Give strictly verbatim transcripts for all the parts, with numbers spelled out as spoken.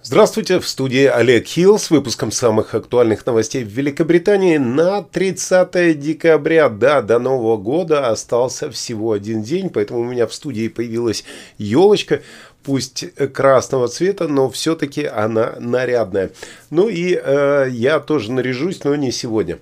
Здравствуйте, в студии Олег Хилл с выпуском самых актуальных новостей в Великобритании на тридцатое декабря. Да, до Нового года остался всего один день, поэтому у меня в студии появилась елочка, пусть красного цвета, но все-таки она нарядная. Ну и э, я тоже наряжусь, но не сегодня.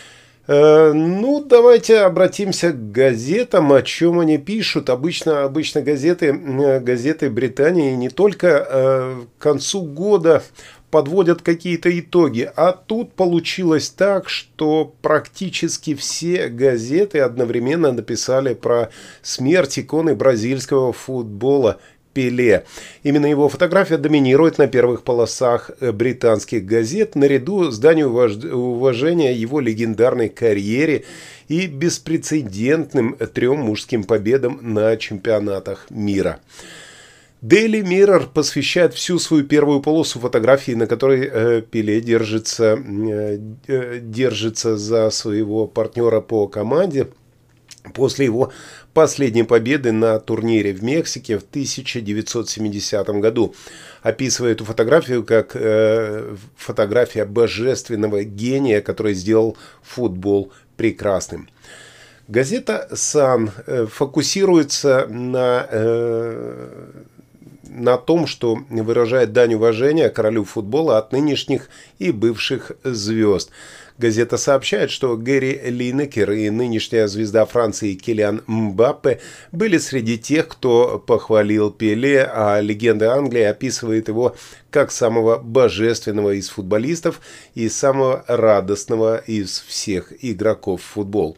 Ну, давайте обратимся к газетам, о чем они пишут. Обычно, обычно газеты, газеты Британии не только э, к концу года подводят какие-то итоги, а тут получилось так, что практически все газеты одновременно написали про смерть иконы бразильского футбола Пеле. Именно его фотография доминирует на первых полосах британских газет, наряду с данью уважения его легендарной карьере и беспрецедентным трем мужским победам на чемпионатах мира. Daily Mirror посвящает всю свою первую полосу фотографии, на которой э, Пеле держится, э, держится за своего партнера по команде после его последней победы на турнире в Мексике в тысяча девятьсот семидесятом году. Описывая эту фотографию как э, фотография божественного гения, который сделал футбол прекрасным. Газета Sun э, фокусируется на, э, на том, что выражает дань уважения королю футбола от нынешних и бывших звезд. Газета сообщает, что Гэри Линекер и нынешняя звезда Франции Килиан Мбаппе были среди тех, кто похвалил Пеле, а легенда Англии описывает его как самого божественного из футболистов и самого радостного из всех игроков в футбол.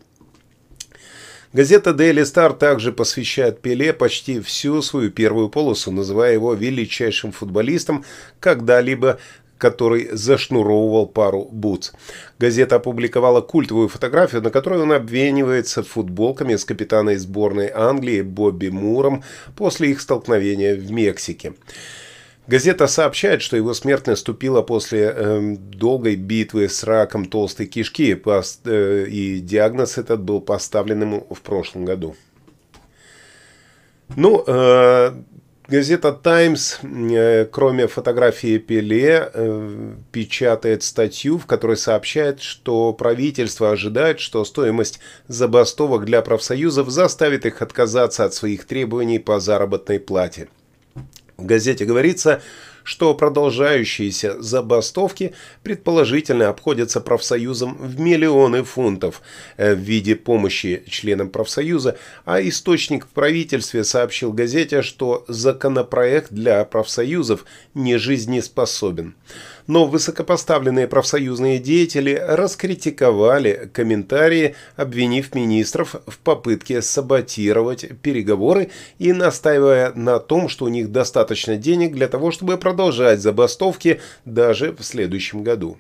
Газета Daily Star также посвящает Пеле почти всю свою первую полосу, называя его величайшим футболистом, когда-либо который зашнуровывал пару бутс. Газета опубликовала культовую фотографию, на которой он обвенивается футболками с капитаном сборной Англии Бобби Муром после их столкновения в Мексике. Газета сообщает, что его смерть наступила после э, долгой битвы с раком толстой кишки, пост, э, и диагноз этот был поставлен ему в прошлом году. Ну, э, газета «Таймс», э, кроме фотографии Пеле, э, печатает статью, в которой сообщает, что правительство ожидает, что стоимость забастовок для профсоюзов заставит их отказаться от своих требований по заработной плате. В газете говорится, что продолжающиеся забастовки предположительно обходятся профсоюзам в миллионы фунтов в виде помощи членам профсоюза, а источник в правительстве сообщил газете, что законопроект для профсоюзов не жизнеспособен. Но высокопоставленные профсоюзные деятели раскритиковали комментарии, обвинив министров в попытке саботировать переговоры и настаивая на том, что у них достаточно денег для того, чтобы продолжать забастовки даже в следующем году.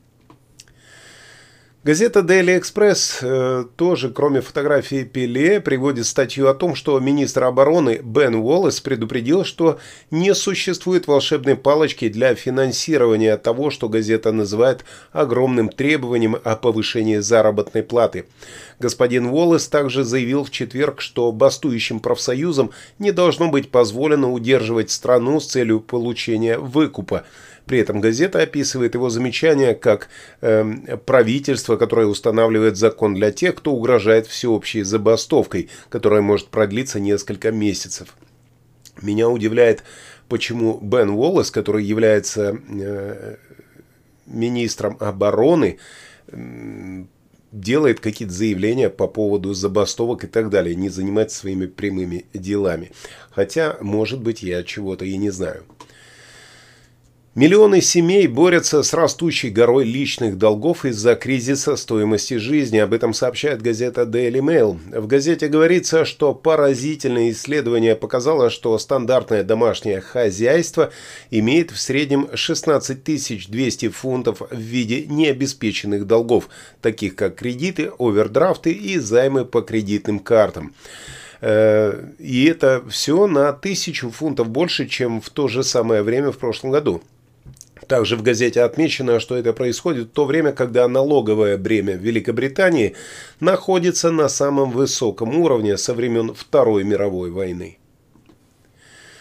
Газета Daily Express э, тоже, кроме фотографии Пеле, приводит статью о том, что министр обороны Бен Уоллес предупредил, что не существует волшебной палочки для финансирования того, что газета называет огромным требованием о повышении заработной платы. Господин Уоллес также заявил в четверг, что бастующим профсоюзам не должно быть позволено удерживать страну с целью получения выкупа. При этом газета описывает его замечания как э, правительство, которое устанавливает закон для тех, кто угрожает всеобщей забастовкой, которая может продлиться несколько месяцев. Меня удивляет, почему Бен Уоллес, который является э, министром обороны, э, делает какие-то заявления по поводу забастовок и так далее, не занимается своими прямыми делами. Хотя, может быть, я чего-то и не знаю. Миллионы семей борются с растущей горой личных долгов из-за кризиса стоимости жизни. Об этом сообщает газета Daily Mail. В газете говорится, что поразительное исследование показало, что стандартное домашнее хозяйство имеет в среднем шестнадцать тысяч двести фунтов в виде необеспеченных долгов, таких как кредиты, овердрафты и займы по кредитным картам. И это все на тысячу фунтов больше, чем в то же самое время в прошлом году. Также в газете отмечено, что это происходит в то время, когда налоговое бремя в Великобритании находится на самом высоком уровне со времен Второй мировой войны.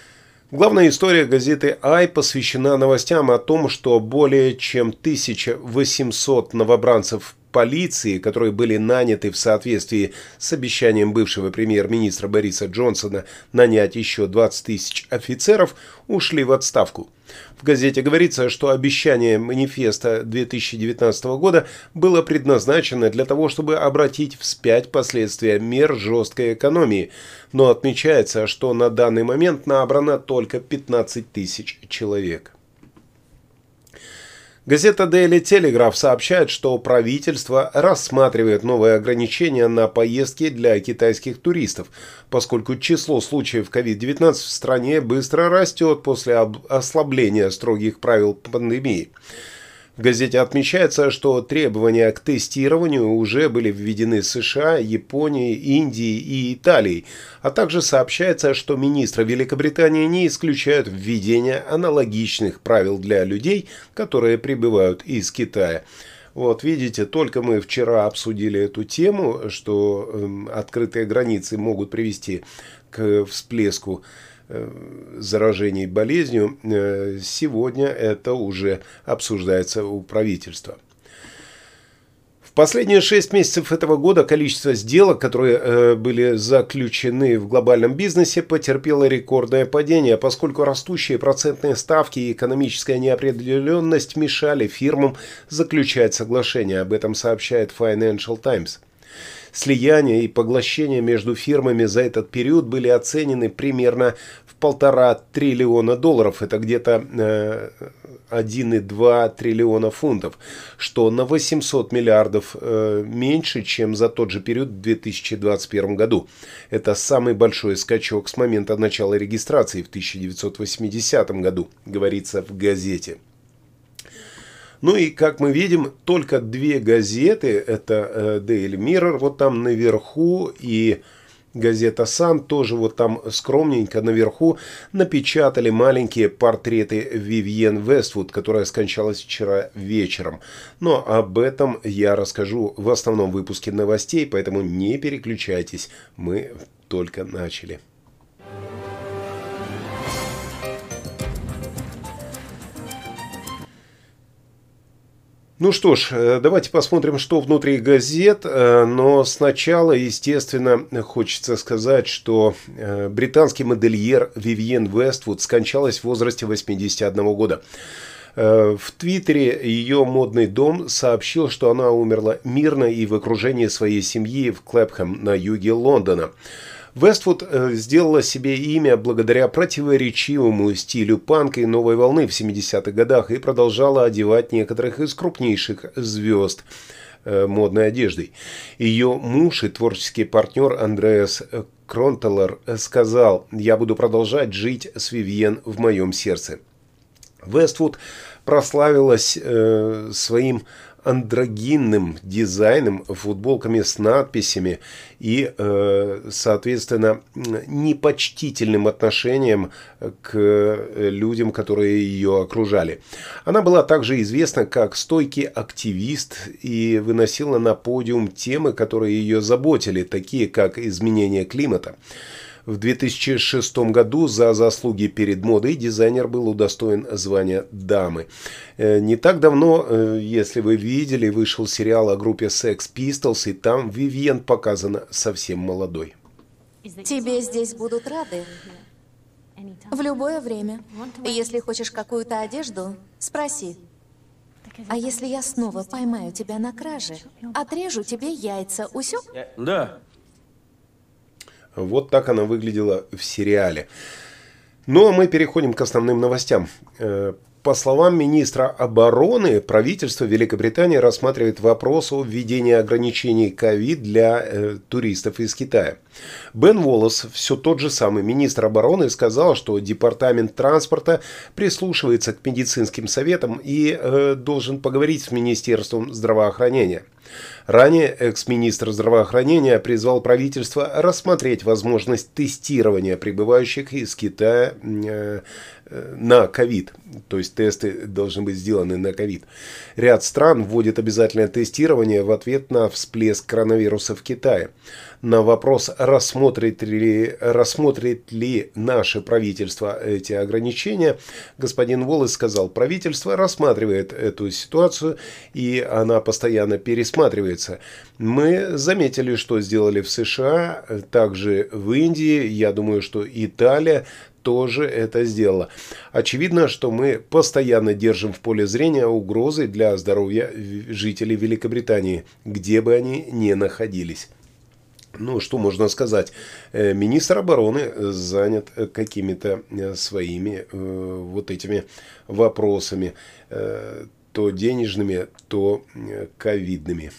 Главная история газеты «Ай» посвящена новостям о том, что более чем тысяча восемьсот новобранцев полиции, которые были наняты в соответствии с обещанием бывшего премьер-министра Бориса Джонсона нанять еще двадцать тысяч офицеров, ушли в отставку. В газете говорится, что обещание манифеста две тысячи девятнадцатого года было предназначено для того, чтобы обратить вспять последствия мер жесткой экономии, но отмечается, что на данный момент набрано только пятнадцать тысяч человек. Газета Daily Telegraph сообщает, что правительство рассматривает новые ограничения на поездки для китайских туристов, поскольку число случаев ковид девятнадцать в стране быстро растет после ослабления строгих правил пандемии. В газете отмечается, что требования к тестированию уже были введены США, Японией, Индией и Италией, а также сообщается, что министры Великобритании не исключают введение аналогичных правил для людей, которые прибывают из Китая. Вот видите, только мы вчера обсудили эту тему, что э, открытые границы могут привести к всплеску заражений болезнью, сегодня это уже обсуждается у правительства. В последние шесть месяцев этого года количество сделок, которые были заключены в глобальном бизнесе, потерпело рекордное падение, поскольку растущие процентные ставки и экономическая неопределенность мешали фирмам заключать соглашения. Об этом сообщает Financial Times. Слияния и поглощения между фирмами за этот период были оценены примерно в полтора триллиона долларов. Это где-то один и два триллиона фунтов, что на восемьсот миллиардов меньше, чем за тот же период в две тысячи двадцать первом году. Это самый большой скачок с момента начала регистрации в тысяча девятьсот восьмидесятом году, говорится в газете. Ну и, как мы видим, только две газеты, это Daily Mirror, вот там наверху, и газета Sun, тоже вот там скромненько наверху, напечатали маленькие портреты Вивьен Вествуд, которая скончалась вчера вечером. Но об этом я расскажу в основном выпуске новостей, поэтому не переключайтесь, мы только начали. Ну что ж, давайте посмотрим, что внутри газет, но сначала, естественно, хочется сказать, что британский модельер Вивьен Вествуд скончалась в возрасте восьмидесяти одного года. В Твиттере ее модный дом сообщил, что она умерла мирно и в окружении своей семьи в Клэпхэм на юге Лондона. Вествуд сделала себе имя благодаря противоречивому стилю панка и новой волны в семидесятых годах и продолжала одевать некоторых из крупнейших звезд модной одеждой. Ее муж и творческий партнер Андреас Кронтеллер сказал: «Я буду продолжать жить с Вивьен в моем сердце». Вествуд прославилась э, своим андрогинным дизайном, футболками с надписями и, э, соответственно, непочтительным отношением к людям, которые ее окружали. Она была также известна как стойкий активист и выносила на подиум темы, которые ее заботили, такие как изменение климата. В две тысячи шестом году за заслуги перед модой дизайнер был удостоен звания дамы. Не так давно, если вы видели, вышел сериал о группе Sex Pistols, и там Вивьен показана совсем молодой. Тебе здесь будут рады в любое время. Если хочешь какую-то одежду, спроси. А если я снова поймаю тебя на краже, отрежу тебе яйца, усё? Да. Вот так она выглядела в сериале. Ну а мы переходим к основным новостям. По словам министра обороны, правительство Великобритании рассматривает вопрос о введении ограничений ковид для э, туристов из Китая. Бен Уоллес, все тот же самый министр обороны, сказал, что департамент транспорта прислушивается к медицинским советам и э, должен поговорить с Министерством здравоохранения. Ранее экс-министр здравоохранения призвал правительство рассмотреть возможность тестирования прибывающих из Китая э, э, на ковид. То есть тесты должны быть сделаны на ковид. Ряд стран вводит обязательное тестирование в ответ на всплеск коронавируса в Китае. На вопрос, рассмотрит ли, рассмотрит ли наше правительство эти ограничения, господин Уоллес сказал: правительство рассматривает эту ситуацию, и она постоянно пересматривается. Мы заметили, что сделали в США, также в Индии, я думаю, что Италия тоже это сделала. Очевидно, что мы постоянно держим в поле зрения угрозы для здоровья жителей Великобритании, где бы они ни находились. Ну, что можно сказать? Министр обороны занят какими-то своими вот этими вопросами, то денежными, то ковидными.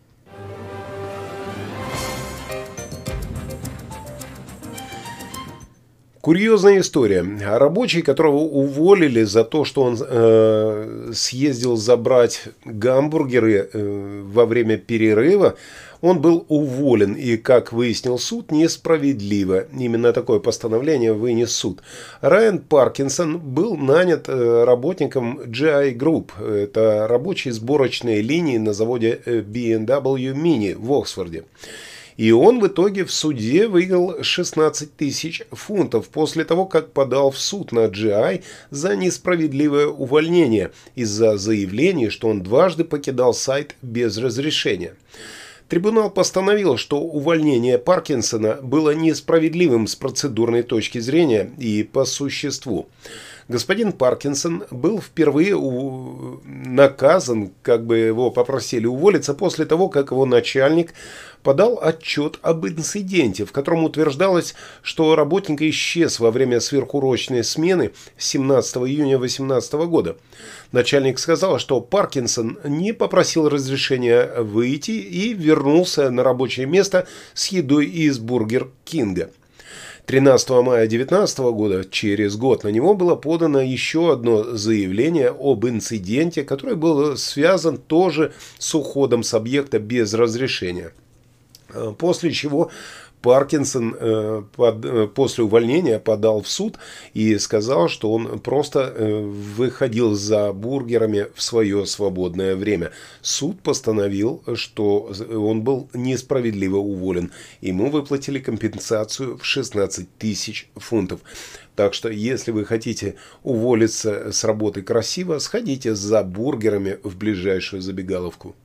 Курьезная история. Рабочий, которого уволили за то, что он э, съездил забрать гамбургеры э, во время перерыва, он был уволен. И, как выяснил суд, несправедливо. Именно такое постановление вынес суд. Райан Паркинсон был нанят э, работником джи ай Group. Это рабочие сборочные линии на заводе би эм дабл ю Mini в Оксфорде. И он в итоге в суде выиграл шестнадцать тысяч фунтов после того, как подал в суд на джи ай за несправедливое увольнение из-за заявлений, что он дважды покидал сайт без разрешения. Трибунал постановил, что увольнение Паркинсона было несправедливым с процедурной точки зрения и по существу. Господин Паркинсон был впервые у... наказан, как бы его попросили уволиться, после того, как его начальник подал отчет об инциденте, в котором утверждалось, что работник исчез во время сверхурочной смены семнадцатого июня две тысячи восемнадцатого года. Начальник сказал, что Паркинсон не попросил разрешения выйти и вернулся на рабочее место с едой из Бургер Кинга. тринадцатого мая две тысячи девятнадцатого года, через год, на него было подано еще одно заявление об инциденте, который был связан тоже с уходом с объекта без разрешения. После чего Паркинсон э, под, э, после увольнения подал в суд и сказал, что он просто э, выходил за бургерами в свое свободное время. Суд постановил, что он был несправедливо уволен. Ему выплатили компенсацию в шестнадцать тысяч фунтов. Так что, если вы хотите уволиться с работы красиво, сходите за бургерами в ближайшую забегаловку.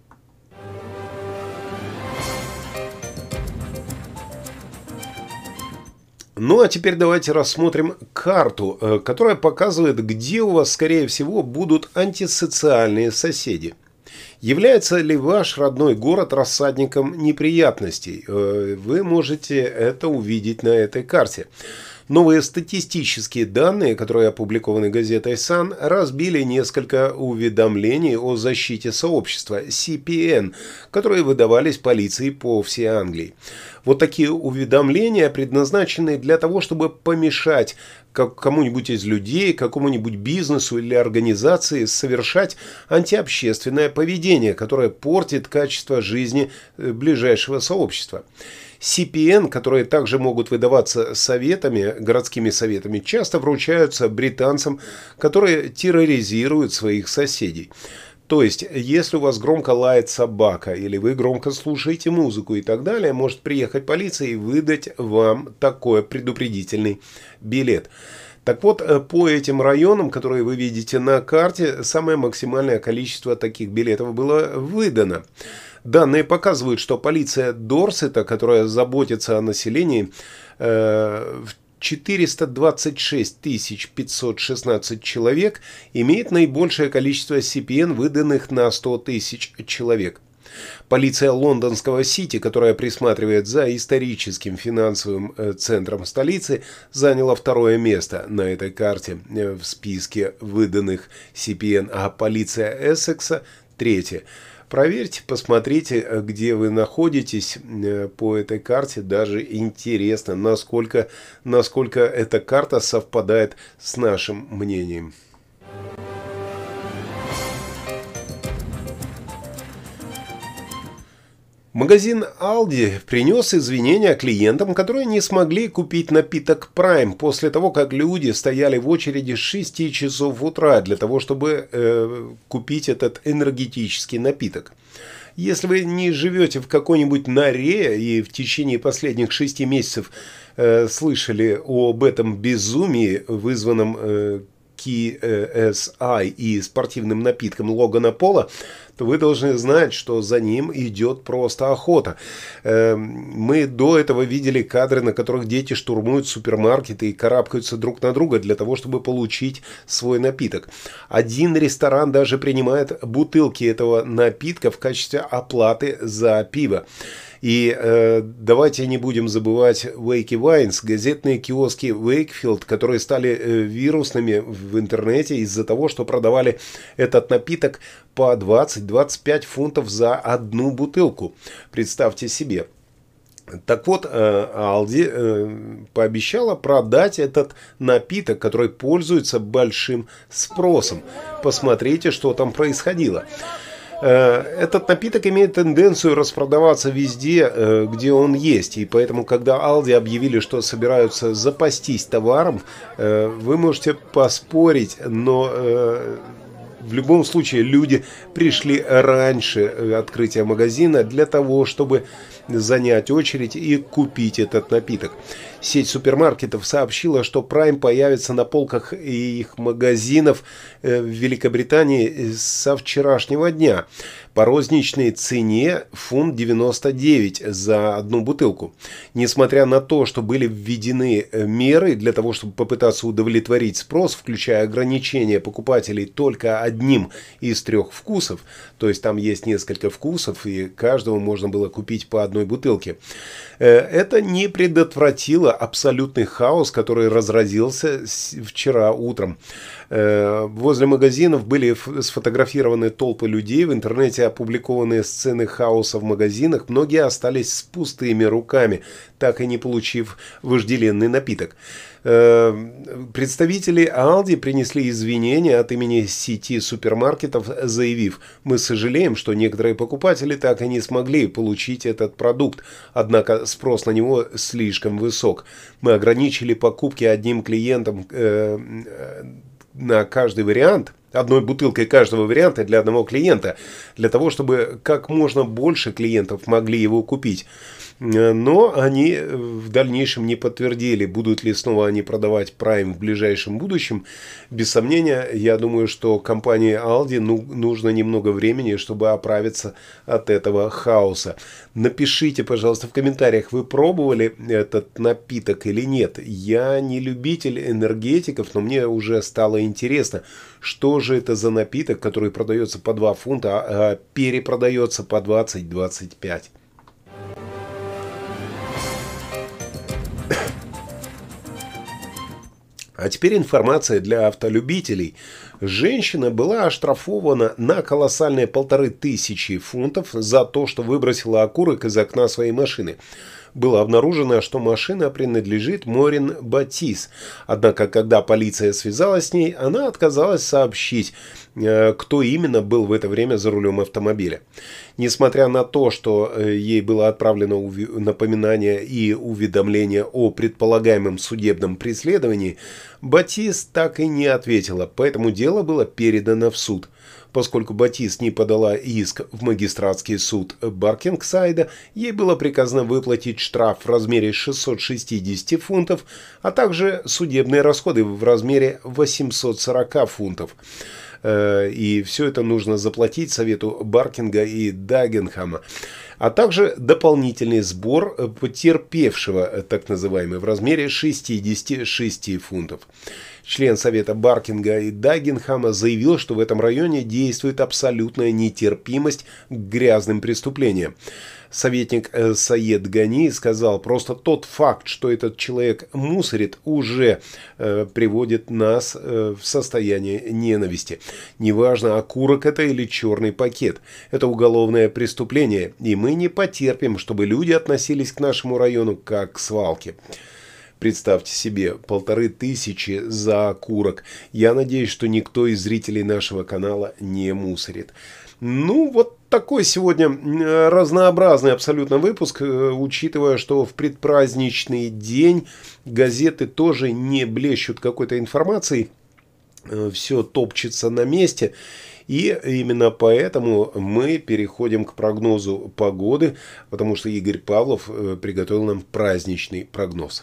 Ну а теперь давайте рассмотрим карту, которая показывает, где у вас, скорее всего, будут антисоциальные соседи. Является ли ваш родной город рассадником неприятностей? Вы можете это увидеть на этой карте. Новые статистические данные, которые опубликованы газетой Sun, разбили несколько уведомлений о защите сообщества си пи эн, которые выдавались полиции по всей Англии. Вот такие уведомления предназначены для того, чтобы помешать кому-нибудь из людей, какому-нибудь бизнесу или организации совершать антиобщественное поведение, которое портит качество жизни ближайшего сообщества. си пи эн, которые также могут выдаваться советами, городскими советами, часто вручаются британцам, которые терроризируют своих соседей. То есть, если у вас громко лает собака, или вы громко слушаете музыку и так далее, может приехать полиция и выдать вам такой предупредительный билет. Так вот, по этим районам, которые вы видите на карте, самое максимальное количество таких билетов было выдано. Данные показывают, что полиция Дорсета, которая заботится о населении, в четыреста двадцать шесть тысяч пятьсот шестнадцать человек, имеет наибольшее количество си пи эн, выданных на сто тысяч человек. Полиция лондонского Сити, которая присматривает за историческим финансовым центром столицы, заняла второе место на этой карте в списке выданных си пи эн, а полиция Эссекса – третье. Проверьте, посмотрите, где вы находитесь по этой карте. Даже интересно, насколько, насколько эта карта совпадает с нашим мнением. Магазин Aldi принес извинения клиентам, которые не смогли купить напиток Prime после того, как люди стояли в очереди с шести часов утра для того, чтобы э, купить этот энергетический напиток. Если вы не живете в какой-нибудь норе и в течение последних шести месяцев э, слышали об этом безумии, вызванном э, кей эс ай и спортивным напитком Логана Пола, то вы должны знать, что за ним идет просто охота. Мы до этого видели кадры, на которых дети штурмуют супермаркеты и карабкаются друг на друга для того, чтобы получить свой напиток. Один ресторан даже принимает бутылки этого напитка в качестве оплаты за пиво. И э, давайте не будем забывать Wakey Wines, газетные киоски Wakefield, которые стали э, вирусными в интернете из-за того, что продавали этот напиток по двадцать-двадцать пять фунтов за одну бутылку. Представьте себе. Так вот, Aldi пообещала продать этот напиток, который пользуется большим спросом. Посмотрите, что там происходило. Этот напиток имеет тенденцию распродаваться везде, где он есть. И поэтому, когда Aldi объявили, что собираются запастись товаром, вы можете поспорить, но в любом случае люди пришли раньше открытия магазина для того, чтобы занять очередь и купить этот напиток. Сеть супермаркетов сообщила, что Prime появится на полках их магазинов в Великобритании со вчерашнего дня. По розничной цене фунт девяносто девять за одну бутылку. Несмотря на то, что были введены меры для того, чтобы попытаться удовлетворить спрос, включая ограничение покупателей только одним из трех вкусов, то есть там есть несколько вкусов, и каждого можно было купить по одной бутылке, это не предотвратило абсолютный хаос, который разразился вчера утром. Возле магазинов были сфотографированы толпы людей, в интернете опубликованные сцены хаоса в магазинах, многие остались с пустыми руками, так и не получив вожделенный напиток. Представители Aldi принесли извинения от имени сети супермаркетов, заявив: «Мы сожалеем, что некоторые покупатели так и не смогли получить этот продукт, однако спрос на него слишком высок. Мы ограничили покупки одним клиентом э, на каждый вариант, одной бутылкой каждого варианта для одного клиента, для того, чтобы как можно больше клиентов могли его купить». Но они в дальнейшем не подтвердили, будут ли снова они продавать Prime в ближайшем будущем. Без сомнения, я думаю, что компании Aldi ну, нужно немного времени, чтобы оправиться от этого хаоса. Напишите, пожалуйста, в комментариях, вы пробовали этот напиток или нет. Я не любитель энергетиков, но мне уже стало интересно, что же это за напиток, который продается по два фунта, а перепродается по двадцать-двадцать пять. А теперь информация для автолюбителей. Женщина была оштрафована на колоссальные полторы тысячи фунтов за то, что выбросила окурок из окна своей машины. Было обнаружено, что машина принадлежит Морин Батис. Однако, когда полиция связалась с ней, она отказалась сообщить, кто именно был в это время за рулем автомобиля. Несмотря на то, что ей было отправлено напоминание и уведомление о предполагаемом судебном преследовании, Батис так и не ответила, поэтому дело было передано в суд. Поскольку Батис не подала иск в магистратский суд Баркингсайда, ей было приказано выплатить штраф в размере шестьсот шестьдесят фунтов, а также судебные расходы в размере восемьсот сорок фунтов. И все это нужно заплатить совету Баркинга и Дагенхама, а также дополнительный сбор потерпевшего, так называемый, в размере шестьдесят шесть фунтов. Член совета Баркинга и Дагенхама заявил, что в этом районе действует абсолютная нетерпимость к грязным преступлениям. Советник Саед Гани сказал: просто тот факт, что этот человек мусорит, уже э, приводит нас э, в состояние ненависти. Неважно, окурок это или черный пакет. Это уголовное преступление, и мы не потерпим, чтобы люди относились к нашему району как к свалке. Представьте себе, полторы тысячи за окурок. Я надеюсь, что никто из зрителей нашего канала не мусорит. Ну, вот такой сегодня разнообразный абсолютно выпуск, учитывая, что в предпраздничный день газеты тоже не блещут какой-то информацией, все топчется на месте. И именно поэтому мы переходим к прогнозу погоды, потому что Игорь Павлов приготовил нам праздничный прогноз.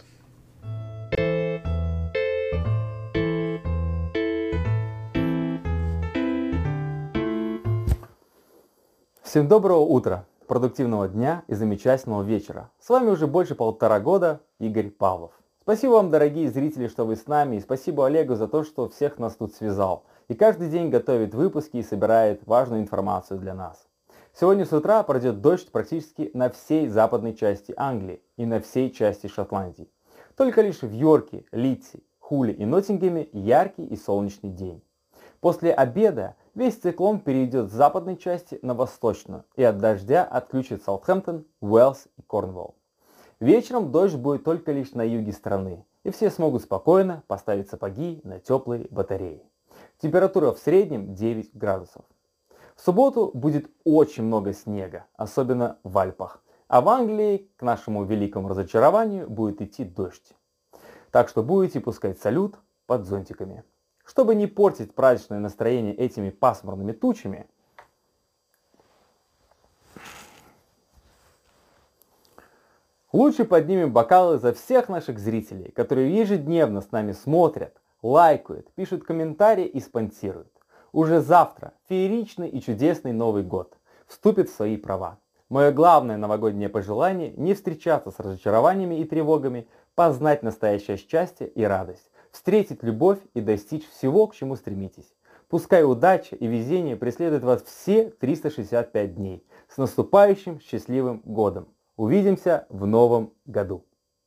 Всем доброго утра, продуктивного дня и замечательного вечера. С вами уже больше полтора года Игорь Павлов. Спасибо вам, дорогие зрители, что вы с нами, и спасибо Олегу за то, что всех нас тут связал. И каждый день готовит выпуски и собирает важную информацию для нас. Сегодня с утра пройдет дождь практически на всей западной части Англии и на всей части Шотландии. Только лишь в Йорке, Лидсе, Хуле и Ноттингеме яркий и солнечный день. После обеда весь циклон перейдет с западной части на восточную и от дождя отключит Саутгемптон, Уэльс и Корнуолл. Вечером дождь будет только лишь на юге страны, и все смогут спокойно поставить сапоги на теплые батареи. Температура в среднем девять градусов. В субботу будет очень много снега, особенно в Альпах, а в Англии, к нашему великому разочарованию, будет идти дождь. Так что будете пускать салют под зонтиками. Чтобы не портить праздничное настроение этими пасмурными тучами, лучше поднимем бокалы за всех наших зрителей, которые ежедневно с нами смотрят, лайкают, пишут комментарии и спонсируют. Уже завтра фееричный и чудесный Новый год вступит в свои права. Мое главное новогоднее пожелание – не встречаться с разочарованиями и тревогами, познать настоящее счастье и радость, встретить любовь и достичь всего, к чему стремитесь. Пускай удача и везение преследуют вас все триста шестьдесят пять дней. С наступающим счастливым годом! Увидимся в новом году!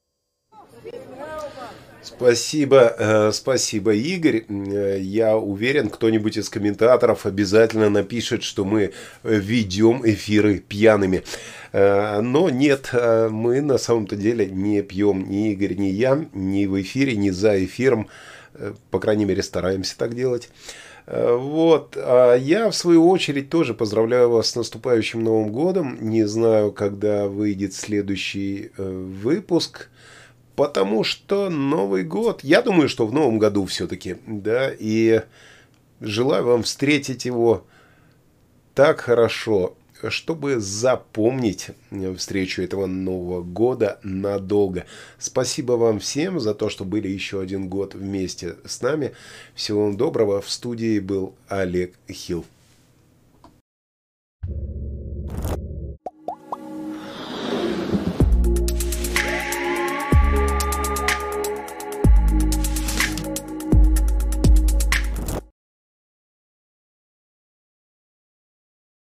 Спасибо, э, спасибо, Игорь. Я уверен, кто-нибудь из комментаторов обязательно напишет, что мы ведем эфиры пьяными. Э, но нет, мы на самом-то деле не пьем, ни Игорь, ни я, ни в эфире, ни за эфиром. Э, по крайней мере, стараемся так делать. Э, вот. А я, в свою очередь, тоже поздравляю вас с наступающим Новым годом. Не знаю, когда выйдет следующий э, выпуск. Потому что Новый год, я думаю, что в Новом году все-таки, да, и желаю вам встретить его так хорошо, чтобы запомнить встречу этого Нового года надолго. Спасибо вам всем за то, что были еще один год вместе с нами. Всего вам доброго. В студии был Олег Хилл.